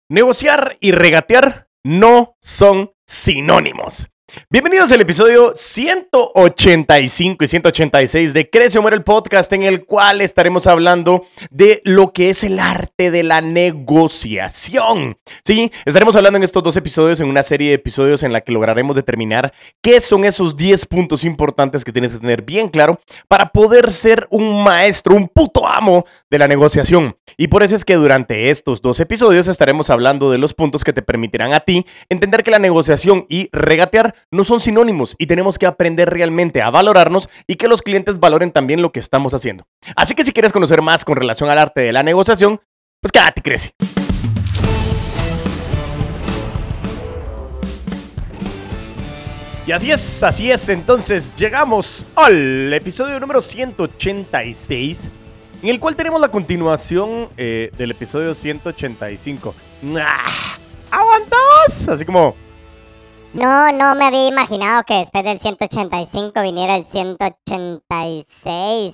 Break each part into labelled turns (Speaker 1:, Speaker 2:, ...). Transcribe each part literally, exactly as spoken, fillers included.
Speaker 1: Negociar y regatear no son sinónimos. Bienvenidos al episodio ciento ochenta y cinco y ciento ochenta y seis de Crece o Muere el podcast, en el cual estaremos hablando de lo que es el arte de la negociación. Sí, estaremos hablando en estos dos episodios, en una serie de episodios en la que lograremos determinar qué son esos diez puntos importantes que tienes que tener bien claro para poder ser un maestro, un puto amo de la negociación. Y por eso es que durante estos dos episodios estaremos hablando de los puntos que te permitirán a ti entender que la negociación y regatear no son sinónimos y tenemos que aprender realmente a valorarnos y que los clientes valoren también lo que estamos haciendo. Así que si quieres conocer más con relación al arte de la negociación, pues quédate y crece. Y así es, así es. Entonces llegamos al episodio número ciento ochenta y seis, en el cual tenemos la continuación eh, del episodio ciento ochenta y cinco. ¡Ah! ¡Aguantaos! Así como...
Speaker 2: No, no me había imaginado que después del ciento ochenta y cinco viniera el ciento ochenta y seis.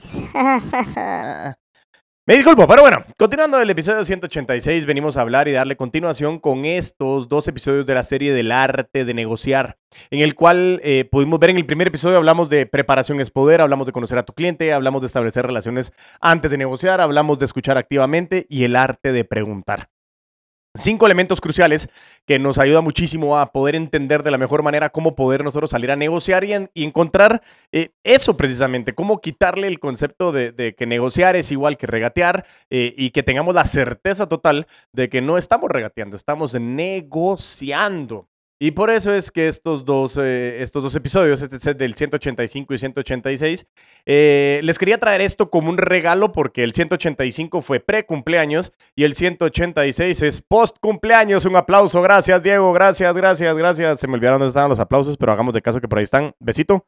Speaker 1: Me disculpo, pero bueno, continuando el episodio ciento ochenta y seis, venimos a hablar y darle continuación con estos dos episodios de la serie del arte de negociar, en el cual eh, pudimos ver en el primer episodio, hablamos de preparación es poder, hablamos de conocer a tu cliente, hablamos de establecer relaciones antes de negociar, hablamos de escuchar activamente y el arte de preguntar. Cinco elementos cruciales que nos ayudan muchísimo a poder entender de la mejor manera cómo poder nosotros salir a negociar y, en, y encontrar eh, eso precisamente, cómo quitarle el concepto de, de que negociar es igual que regatear eh, y que tengamos la certeza total de que no estamos regateando, estamos negociando. Y por eso es que estos dos, eh, estos dos episodios, este set del ciento ochenta y cinco y ciento ochenta y seis, eh, les quería traer esto como un regalo porque el ciento ochenta y cinco fue pre-cumpleaños y el ciento ochenta y seis es post-cumpleaños. Un aplauso, gracias Diego, gracias, gracias, gracias. Se me olvidaron dónde estaban los aplausos, pero hagamos de caso que por ahí están. Besito.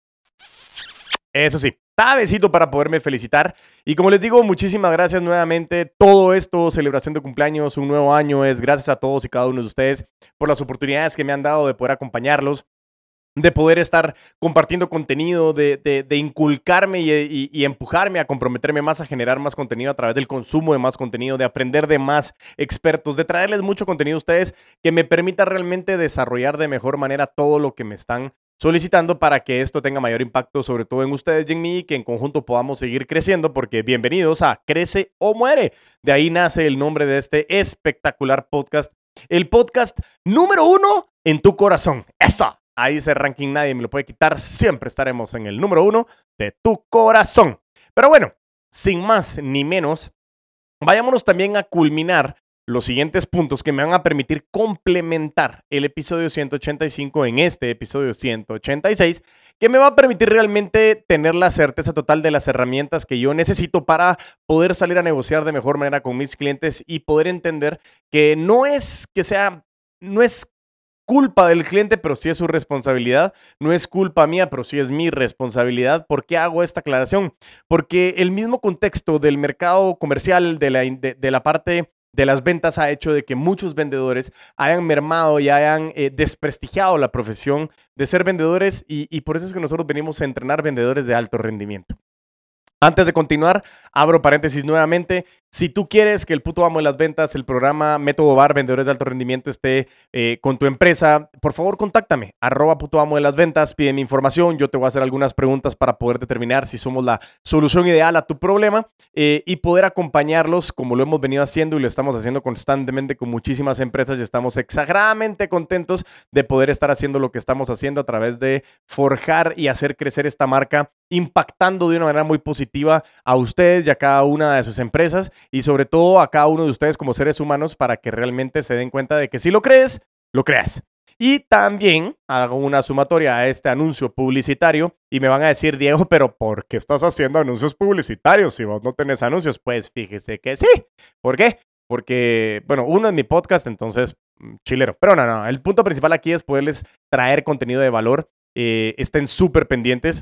Speaker 1: Eso sí, besito para poderme felicitar. Y como les digo, muchísimas gracias nuevamente. Todo esto, celebración de cumpleaños, un nuevo año, es gracias a todos y cada uno de ustedes por las oportunidades que me han dado de poder acompañarlos, de poder estar compartiendo contenido, de, de, de inculcarme y, y, y empujarme a comprometerme más a generar más contenido a través del consumo de más contenido, de aprender de más expertos, de traerles mucho contenido a ustedes que me permita realmente desarrollar de mejor manera todo lo que me están solicitando para que esto tenga mayor impacto sobre todo en ustedes y en mí y que en conjunto podamos seguir creciendo, porque bienvenidos a Crece o Muere. De ahí nace el nombre de este espectacular podcast, el podcast número uno en tu corazón. ¡Eso! Ahí ese ranking nadie me lo puede quitar. Siempre estaremos en el número uno de tu corazón. Pero bueno, sin más ni menos, vayámonos también a culminar los siguientes puntos que me van a permitir complementar el episodio ciento ochenta y cinco en este episodio ciento ochenta y seis, que me va a permitir realmente tener la certeza total de las herramientas que yo necesito para poder salir a negociar de mejor manera con mis clientes y poder entender que no es que sea, no es culpa del cliente, pero sí es su responsabilidad. No es culpa mía, pero sí es mi responsabilidad. ¿Por qué hago esta aclaración? Porque el mismo contexto del mercado comercial, de la, de, de la parte de las ventas, ha hecho de que muchos vendedores hayan mermado y hayan eh, desprestigiado la profesión de ser vendedores y, y por eso es que nosotros venimos a entrenar vendedores de alto rendimiento. Antes de continuar, abro paréntesis nuevamente. Si tú quieres que el puto amo de las ventas, el programa Método B A R, Vendedores de Alto Rendimiento, esté eh, con tu empresa, por favor, contáctame. Arroba puto amo de las ventas, pídeme información. Yo te voy a hacer algunas preguntas para poder determinar si somos la solución ideal a tu problema eh, y poder acompañarlos como lo hemos venido haciendo y lo estamos haciendo constantemente con muchísimas empresas y estamos exageradamente contentos de poder estar haciendo lo que estamos haciendo a través de forjar y hacer crecer esta marca, impactando de una manera muy positiva a ustedes y a cada una de sus empresas y sobre todo a cada uno de ustedes como seres humanos para que realmente se den cuenta de que si lo crees, lo creas. Y también hago una sumatoria a este anuncio publicitario y me van a decir, Diego, pero ¿por qué estás haciendo anuncios publicitarios si vos no tenés anuncios? Pues fíjese que sí. ¿Por qué? Porque, bueno, uno es mi podcast, entonces chilero. Pero no, no, el punto principal aquí es poderles traer contenido de valor. Eh, estén súper pendientes.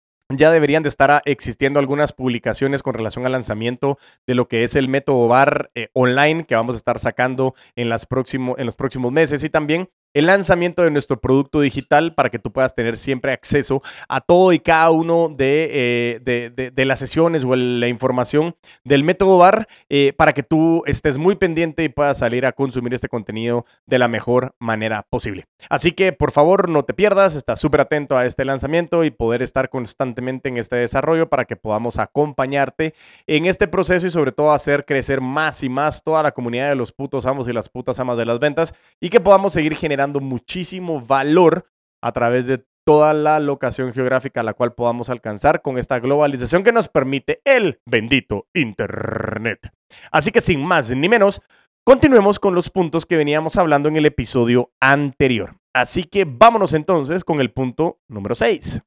Speaker 1: Ya deberían de estar existiendo algunas publicaciones con relación al lanzamiento de lo que es el método B A R eh, online que vamos a estar sacando en, las próximo, en los próximos meses y también el lanzamiento de nuestro producto digital para que tú puedas tener siempre acceso a todo y cada uno de, eh, de, de, de las sesiones o el, la información del método B A R eh, para que tú estés muy pendiente y puedas salir a consumir este contenido de la mejor manera posible. Así que por favor no te pierdas, estás súper atento a este lanzamiento y poder estar constantemente en este desarrollo para que podamos acompañarte en este proceso y sobre todo hacer crecer más y más toda la comunidad de los putos amos y las putas amas de las ventas y que podamos seguir generando muchísimo valor a través de toda la locación geográfica a la cual podamos alcanzar con esta globalización que nos permite el bendito Internet. Así que sin más ni menos, continuemos con los puntos que veníamos hablando en el episodio anterior. Así que vámonos entonces con el punto número seis.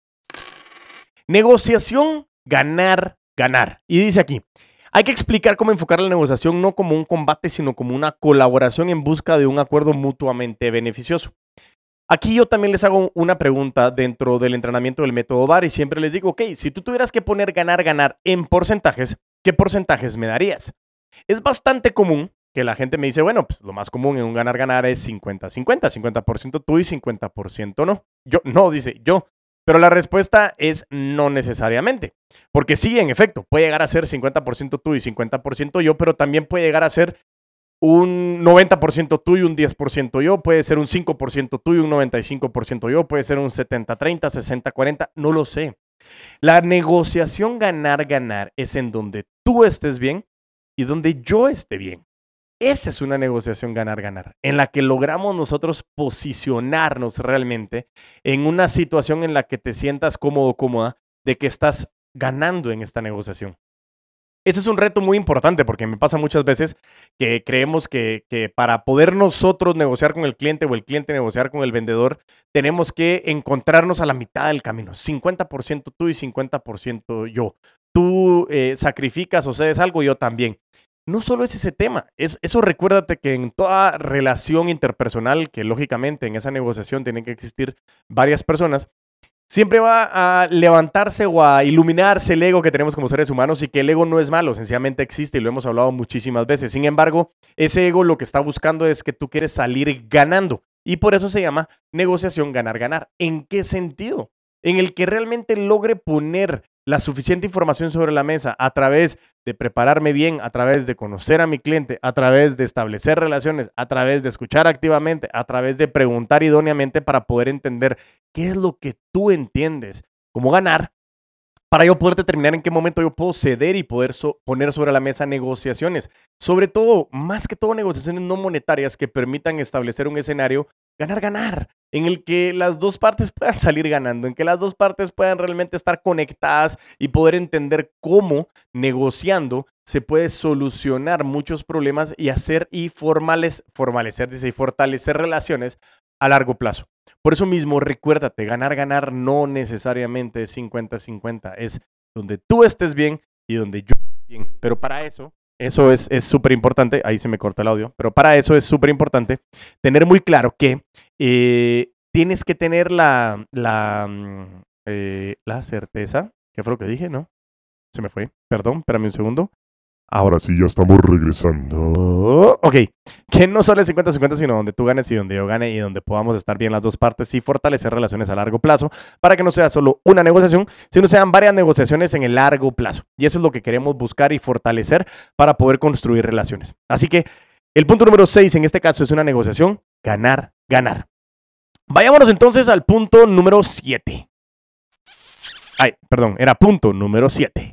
Speaker 1: Negociación, ganar, ganar. Y dice aquí, hay que explicar cómo enfocar la negociación no como un combate, sino como una colaboración en busca de un acuerdo mutuamente beneficioso. Aquí yo también les hago una pregunta dentro del entrenamiento del método B A R y siempre les digo, ok, si tú tuvieras que poner ganar, ganar en porcentajes, ¿qué porcentajes me darías? Es bastante común que la gente me dice, bueno, pues lo más común en un ganar, ganar es cincuenta cincuenta, cincuenta por ciento tú y cincuenta por ciento no. Yo, no, dice yo. Pero la respuesta es no necesariamente. Porque sí, en efecto, puede llegar a ser cincuenta por ciento tú y cincuenta por ciento yo, pero también puede llegar a ser un noventa por ciento tú y un diez por ciento yo, puede ser un cinco por ciento tú y un noventa y cinco por ciento yo, puede ser un setenta treinta, sesenta cuarenta, no lo sé. La negociación ganar-ganar es en donde tú estés bien y donde yo esté bien. Esa es una negociación ganar-ganar, en la que logramos nosotros posicionarnos realmente en una situación en la que te sientas cómodo o cómoda de que estás ganando en esta negociación. Ese es un reto muy importante porque me pasa muchas veces que creemos que, que para poder nosotros negociar con el cliente o el cliente negociar con el vendedor, tenemos que encontrarnos a la mitad del camino, cincuenta por ciento tú y cincuenta por ciento yo. Tú eh, sacrificas o cedes algo, yo también. No solo es ese tema, es, eso recuérdate que en toda relación interpersonal, que lógicamente en esa negociación tienen que existir varias personas, siempre va a levantarse o a iluminarse el ego que tenemos como seres humanos y que el ego no es malo, sencillamente existe y lo hemos hablado muchísimas veces. Sin embargo, ese ego lo que está buscando es que tú quieres salir ganando y por eso se llama negociación ganar-ganar. ¿En qué sentido? En el que realmente logre poner la suficiente información sobre la mesa a través de prepararme bien, a través de conocer a mi cliente, a través de establecer relaciones, a través de escuchar activamente, a través de preguntar idóneamente para poder entender qué es lo que tú entiendes, cómo ganar, para yo poder determinar en qué momento yo puedo ceder y poder so- poner sobre la mesa negociaciones. Sobre todo, más que todo, negociaciones no monetarias que permitan establecer un escenario ganar-ganar, en el que las dos partes puedan salir ganando, en que las dos partes puedan realmente estar conectadas y poder entender cómo negociando se puede solucionar muchos problemas y hacer y formales, formalecer, dice, y fortalecer relaciones a largo plazo. Por eso mismo, recuérdate, ganar, ganar no necesariamente es cincuenta cincuenta, es donde tú estés bien y donde yo esté bien. Pero para eso, eso es súper importante, ahí se me corta el audio, pero para eso es súper importante tener muy claro que eh, tienes que tener la, la, mm, eh, la certeza, ¿qué fue lo que dije? ¿No? Se me fue, perdón, espérame un segundo.
Speaker 3: Ahora sí, ya estamos regresando.
Speaker 1: Oh, ok, que no solo es cincuenta cincuenta, sino donde tú ganes y donde yo gane y donde podamos estar bien las dos partes y fortalecer relaciones a largo plazo para que no sea solo una negociación, sino sean varias negociaciones en el largo plazo. Y eso es lo que queremos buscar y fortalecer para poder construir relaciones. Así que el punto número seis en este caso es una negociación ganar, ganar. Vayámonos entonces al punto número siete. Ay, perdón, era punto número siete.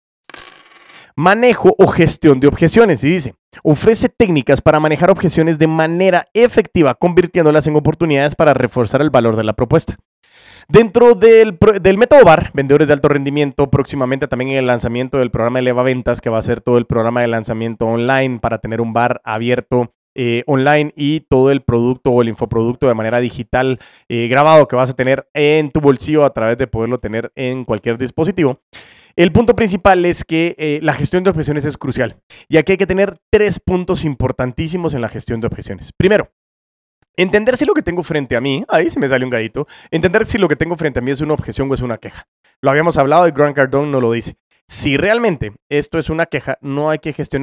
Speaker 1: Manejo o gestión de objeciones. Y dice, ofrece técnicas para manejar objeciones de manera efectiva, convirtiéndolas en oportunidades para reforzar el valor de la propuesta. Dentro del, del método B A R, Vendedores de Alto Rendimiento, próximamente también en el lanzamiento del programa Eleva Ventas, que va a ser todo el programa de lanzamiento online para tener un B A R abierto eh, online y todo el producto o el infoproducto de manera digital eh, grabado que vas a tener en tu bolsillo a través de poderlo tener en cualquier dispositivo. El punto principal es que eh, la gestión de objeciones es crucial, y aquí hay que tener tres puntos importantísimos en la gestión de objeciones. Primero, entender si lo que tengo frente a mí, ahí se me sale un gadito, entender si lo que tengo frente a mí es una objeción o es una queja. Lo habíamos hablado y Grant Cardone nos lo dice. Si realmente esto es una queja, no hay que gestionarla.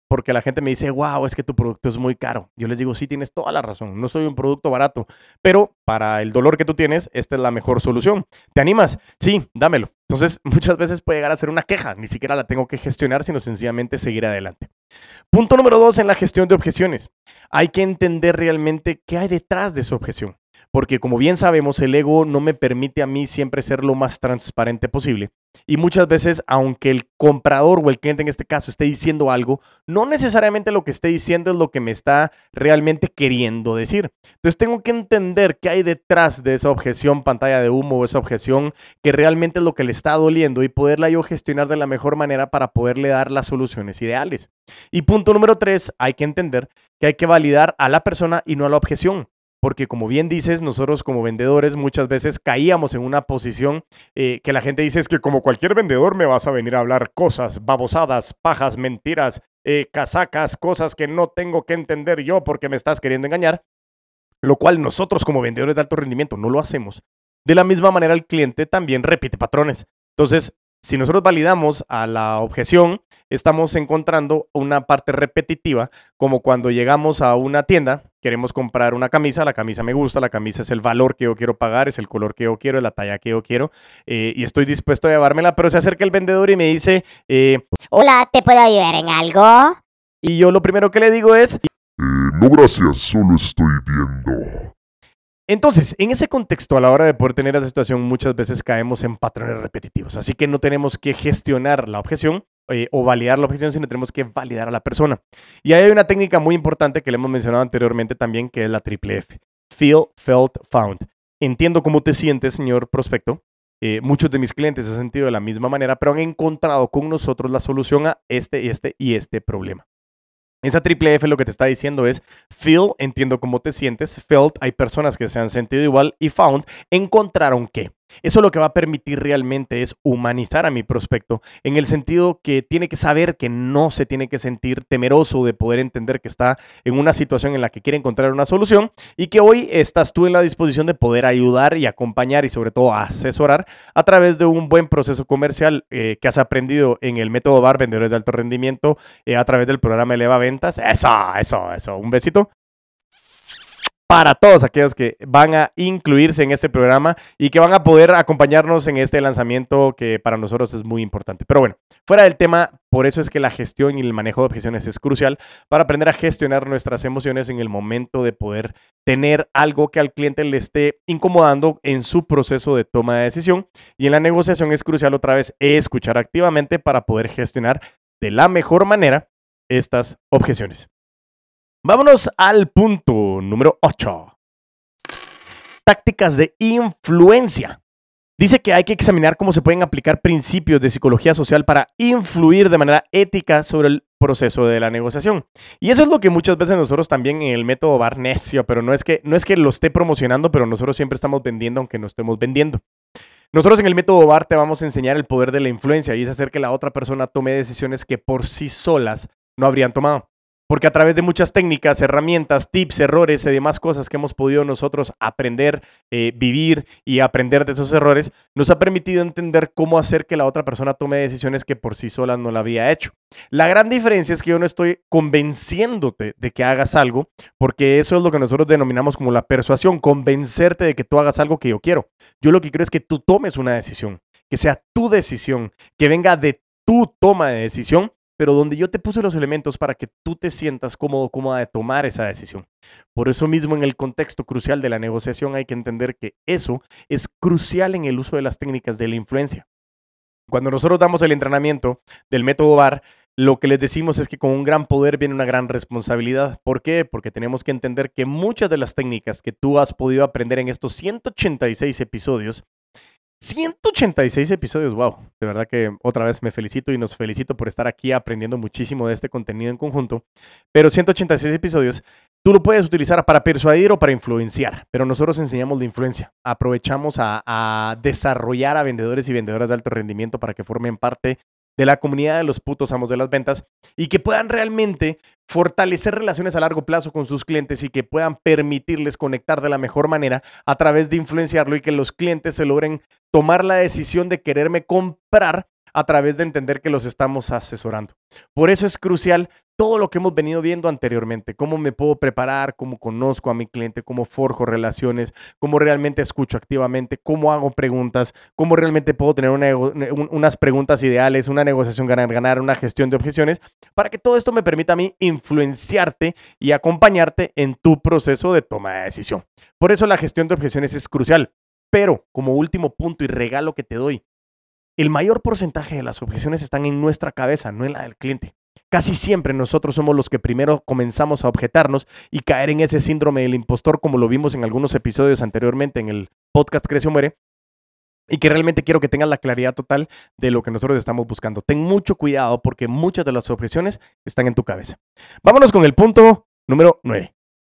Speaker 1: porque la gente me dice, wow, es que tu producto es muy caro. Yo les digo, sí, tienes toda la razón, no soy un producto barato, pero para el dolor que tú tienes, esta es la mejor solución. ¿Te animas? Sí, dámelo. Entonces, muchas veces puede llegar a ser una queja, ni siquiera la tengo que gestionar, sino sencillamente seguir adelante. Punto número dos en la gestión de objeciones. Hay que entender realmente qué hay detrás de su objeción. Porque como bien sabemos, el ego no me permite a mí siempre ser lo más transparente posible. Y muchas veces, aunque el comprador o el cliente en este caso esté diciendo algo, no necesariamente lo que esté diciendo es lo que me está realmente queriendo decir. Entonces tengo que entender qué hay detrás de esa objeción pantalla de humo o esa objeción que realmente es lo que le está doliendo y poderla yo gestionar de la mejor manera para poderle dar las soluciones ideales. Y punto número tres, hay que entender que hay que validar a la persona y no a la objeción. Porque como bien dices, nosotros como vendedores muchas veces caíamos en una posición eh, que la gente dice es que como cualquier vendedor me vas a venir a hablar cosas, babosadas, pajas, mentiras, eh, casacas, cosas que no tengo que entender yo porque me estás queriendo engañar, lo cual nosotros como vendedores de alto rendimiento no lo hacemos. De la misma manera el cliente también repite patrones. Entonces, si nosotros validamos a la objeción, estamos encontrando una parte repetitiva, como cuando llegamos a una tienda, queremos comprar una camisa, la camisa me gusta, la camisa es el valor que yo quiero pagar, es el color que yo quiero, es la talla que yo quiero, eh, y estoy dispuesto a llevármela, pero se acerca el vendedor y me dice, eh,
Speaker 2: hola, ¿te puedo ayudar en algo?
Speaker 1: Y yo lo primero que le digo es,
Speaker 3: eh, no gracias, solo estoy viendo.
Speaker 1: Entonces, en ese contexto, a la hora de poder tener esa situación, muchas veces caemos en patrones repetitivos. Así que no tenemos que gestionar la objeción eh, o validar la objeción, sino tenemos que validar a la persona. Y ahí hay una técnica muy importante que le hemos mencionado anteriormente también, que es la triple F. Feel, Felt, Found. Entiendo cómo te sientes, señor prospecto. Eh, muchos de mis clientes se han sentido de la misma manera, pero han encontrado con nosotros la solución a este, este y este problema. Esa triple F lo que te está diciendo es feel, entiendo cómo te sientes, felt, hay personas que se han sentido igual y found, encontraron qué. Eso lo que va a permitir realmente es humanizar a mi prospecto en el sentido que tiene que saber que no se tiene que sentir temeroso de poder entender que está en una situación en la que quiere encontrar una solución y que hoy estás tú en la disposición de poder ayudar y acompañar y sobre todo asesorar a través de un buen proceso comercial eh, que has aprendido en el método B A R, Vendedores de Alto Rendimiento, eh, a través del programa Eleva Ventas. Eso, eso, eso. Un besito para todos aquellos que van a incluirse en este programa y que van a poder acompañarnos en este lanzamiento que para nosotros es muy importante. Pero bueno, fuera del tema, por eso es que la gestión y el manejo de objeciones es crucial para aprender a gestionar nuestras emociones en el momento de poder tener algo que al cliente le esté incomodando en su proceso de toma de decisión. Y en la negociación es crucial otra vez escuchar activamente para poder gestionar de la mejor manera estas objeciones. Vámonos al punto número ocho. Tácticas de influencia. Dice que hay que examinar cómo se pueden aplicar principios de psicología social para influir de manera ética sobre el proceso de la negociación. Y eso es lo que muchas veces nosotros también en el método B A R necio, pero no es que, no es que lo esté promocionando, pero nosotros siempre estamos vendiendo aunque no estemos vendiendo. Nosotros en el método B A R te vamos a enseñar el poder de la influencia y es hacer que la otra persona tome decisiones que por sí solas no habrían tomado. Porque a través de muchas técnicas, herramientas, tips, errores y demás cosas que hemos podido nosotros aprender, eh, vivir y aprender de esos errores, nos ha permitido entender cómo hacer que la otra persona tome decisiones que por sí sola no la había hecho. La gran diferencia es que yo no estoy convenciéndote de que hagas algo, porque eso es lo que nosotros denominamos como la persuasión, convencerte de que tú hagas algo que yo quiero. Yo lo que quiero es que tú tomes una decisión, que sea tu decisión, que venga de tu toma de decisión, pero donde yo te puse los elementos para que tú te sientas cómodo, cómoda de tomar esa decisión. Por eso mismo, en el contexto crucial de la negociación, hay que entender que eso es crucial en el uso de las técnicas de la influencia. Cuando nosotros damos el entrenamiento del método B A R, lo que les decimos es que con un gran poder viene una gran responsabilidad. ¿Por qué? Porque tenemos que entender que muchas de las técnicas que tú has podido aprender en estos ciento ochenta y seis episodios, ciento ochenta y seis episodios, wow, de verdad que otra vez me felicito y nos felicito por estar aquí aprendiendo muchísimo de este contenido en conjunto, pero ciento ochenta y seis episodios, tú lo puedes utilizar para persuadir o para influenciar, pero nosotros enseñamos la influencia, aprovechamos a, a desarrollar a vendedores y vendedoras de alto rendimiento para que formen parte de la comunidad de los putos amos de las ventas y que puedan realmente fortalecer relaciones a largo plazo con sus clientes y que puedan permitirles conectar de la mejor manera a través de influenciarlo y que los clientes se logren tomar la decisión de quererme comprar a través de entender que los estamos asesorando. Por eso es crucial todo lo que hemos venido viendo anteriormente, cómo me puedo preparar, cómo conozco a mi cliente, cómo forjo relaciones, cómo realmente escucho activamente, cómo hago preguntas, cómo realmente puedo tener una, un, unas preguntas ideales, una negociación ganar-ganar, una gestión de objeciones, para que todo esto me permita a mí influenciarte y acompañarte en tu proceso de toma de decisión. Por eso la gestión de objeciones es crucial. Pero, como último punto y regalo que te doy, el mayor porcentaje de las objeciones están en nuestra cabeza, no en la del cliente. Casi siempre nosotros somos los que primero comenzamos a objetarnos y caer en ese síndrome del impostor, como lo vimos en algunos episodios anteriormente en el podcast Crece o Muere, y que realmente quiero que tengas la claridad total de lo que nosotros estamos buscando. Ten mucho cuidado porque muchas de las objeciones están en tu cabeza. Vámonos con el punto número nueve.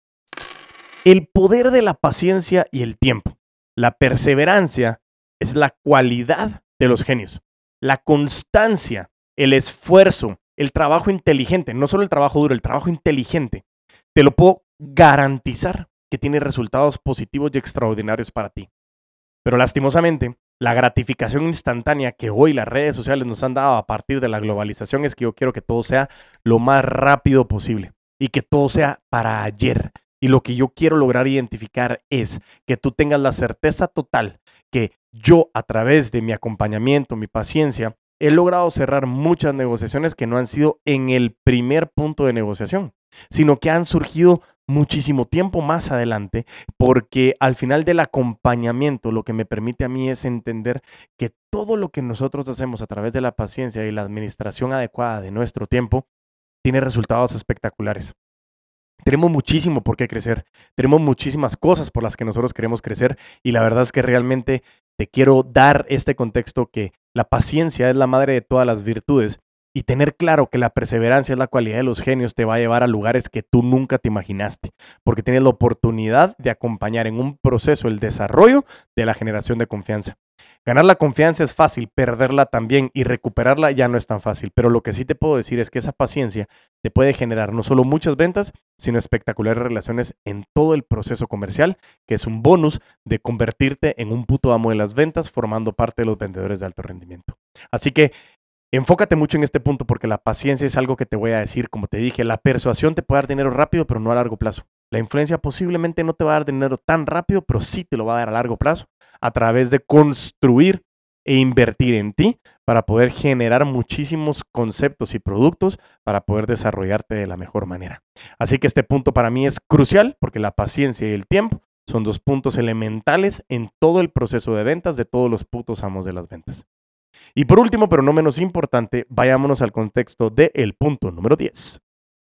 Speaker 1: El poder de la paciencia y el tiempo. La perseverancia es la cualidad de los genios. La constancia, el esfuerzo, el trabajo inteligente, no solo el trabajo duro, el trabajo inteligente, te lo puedo garantizar que tiene resultados positivos y extraordinarios para ti. Pero lastimosamente, la gratificación instantánea que hoy las redes sociales nos han dado a partir de la globalización es que yo quiero que todo sea lo más rápido posible y que todo sea para ayer. Y lo que yo quiero lograr identificar es que tú tengas la certeza total que yo, a través de mi acompañamiento, mi paciencia, he logrado cerrar muchas negociaciones que no han sido en el primer punto de negociación, sino que han surgido muchísimo tiempo más adelante, porque al final del acompañamiento lo que me permite a mí es entender que todo lo que nosotros hacemos a través de la paciencia y la administración adecuada de nuestro tiempo tiene resultados espectaculares. Tenemos muchísimo por qué crecer, tenemos muchísimas cosas por las que nosotros queremos crecer y la verdad es que realmente te quiero dar este contexto que la paciencia es la madre de todas las virtudes y tener claro que la perseverancia es la cualidad de los genios te va a llevar a lugares que tú nunca te imaginaste, porque tienes la oportunidad de acompañar en un proceso el desarrollo de la generación de confianza. Ganar la confianza es fácil, perderla también y recuperarla ya no es tan fácil, pero lo que sí te puedo decir es que esa paciencia te puede generar no solo muchas ventas, sino espectaculares relaciones en todo el proceso comercial, que es un bonus de convertirte en un puto amo de las ventas, formando parte de los vendedores de alto rendimiento. Así que enfócate mucho en este punto porque la paciencia es algo que te voy a decir, como te dije, la persuasión te puede dar dinero rápido, pero no a largo plazo. La influencia posiblemente no te va a dar dinero tan rápido, pero sí te lo va a dar a largo plazo a través de construir e invertir en ti para poder generar muchísimos conceptos y productos para poder desarrollarte de la mejor manera. Así que este punto para mí es crucial porque la paciencia y el tiempo son dos puntos elementales en todo el proceso de ventas de todos los putos amos de las ventas. Y por último, pero no menos importante, vayámonos al contexto del punto número diez.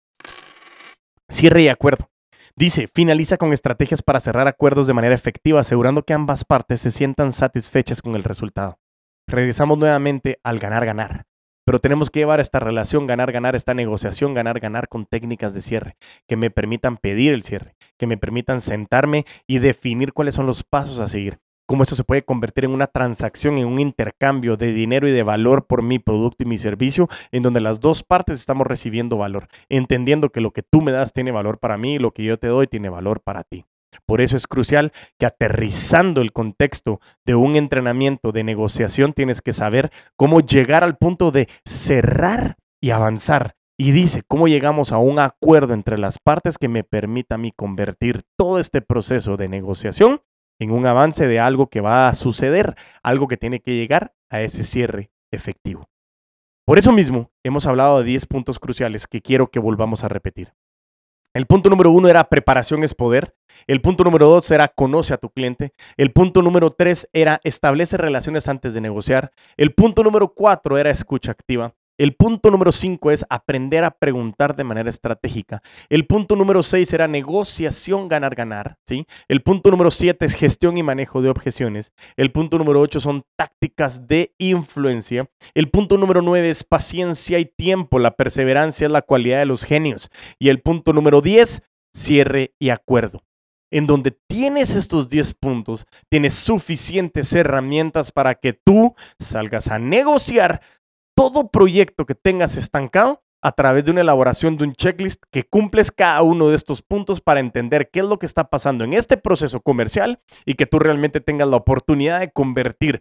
Speaker 1: Cierre y acuerdo. Dice, finaliza con estrategias para cerrar acuerdos de manera efectiva, asegurando que ambas partes se sientan satisfechas con el resultado. Regresamos nuevamente al ganar-ganar, pero tenemos que llevar esta relación ganar-ganar, esta negociación ganar-ganar con técnicas de cierre que me permitan pedir el cierre, que me permitan sentarme y definir cuáles son los pasos a seguir. Cómo esto se puede convertir en una transacción, en un intercambio de dinero y de valor por mi producto y mi servicio, en donde las dos partes estamos recibiendo valor, entendiendo que lo que tú me das tiene valor para mí y lo que yo te doy tiene valor para ti. Por eso es crucial que aterrizando el contexto de un entrenamiento de negociación tienes que saber cómo llegar al punto de cerrar y avanzar. Y dice, ¿cómo llegamos a un acuerdo entre las partes que me permita a mí convertir todo este proceso de negociación en un avance de algo que va a suceder, algo que tiene que llegar a ese cierre efectivo? Por eso mismo, hemos hablado de diez puntos cruciales que quiero que volvamos a repetir. El punto número uno era preparación es poder. El punto número dos era conoce a tu cliente. El punto número tres era establece relaciones antes de negociar. El punto número cuatro era escucha activa. El punto número cinco es aprender a preguntar de manera estratégica. El punto número seis era negociación ganar-ganar, ¿sí? El punto número siete es gestión y manejo de objeciones. El punto número ocho son tácticas de influencia. El punto número nueve es paciencia y tiempo. La perseverancia es la cualidad de los genios. Y el punto número diez, cierre y acuerdo. En donde tienes estos diez puntos, tienes suficientes herramientas para que tú salgas a negociar todo proyecto que tengas estancado a través de una elaboración de un checklist que cumples cada uno de estos puntos para entender qué es lo que está pasando en este proceso comercial y que tú realmente tengas la oportunidad de convertir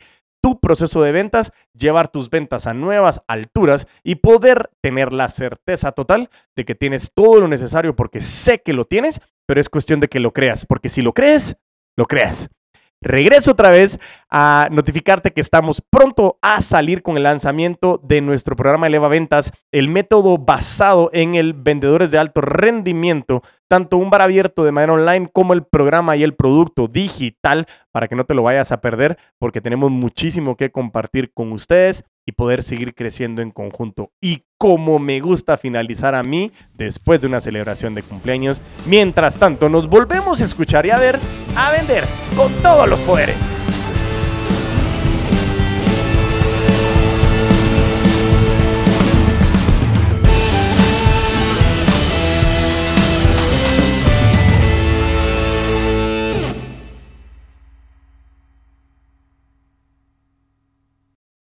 Speaker 1: tu proceso de ventas, llevar tus ventas a nuevas alturas y poder tener la certeza total de que tienes todo lo necesario, porque sé que lo tienes, pero es cuestión de que lo creas, porque si lo crees, lo creas. Regreso otra vez a notificarte que estamos pronto a salir con el lanzamiento de nuestro programa Eleva Ventas, el método basado en el vendedores de alto rendimiento, tanto un bar abierto de manera online como el programa y el producto digital, para que no te lo vayas a perder, porque tenemos muchísimo que compartir con ustedes y poder seguir creciendo en conjunto. Y como me gusta finalizar a mí después de una celebración de cumpleaños, mientras tanto nos volvemos a escuchar y a ver, a vender con todos los poderes.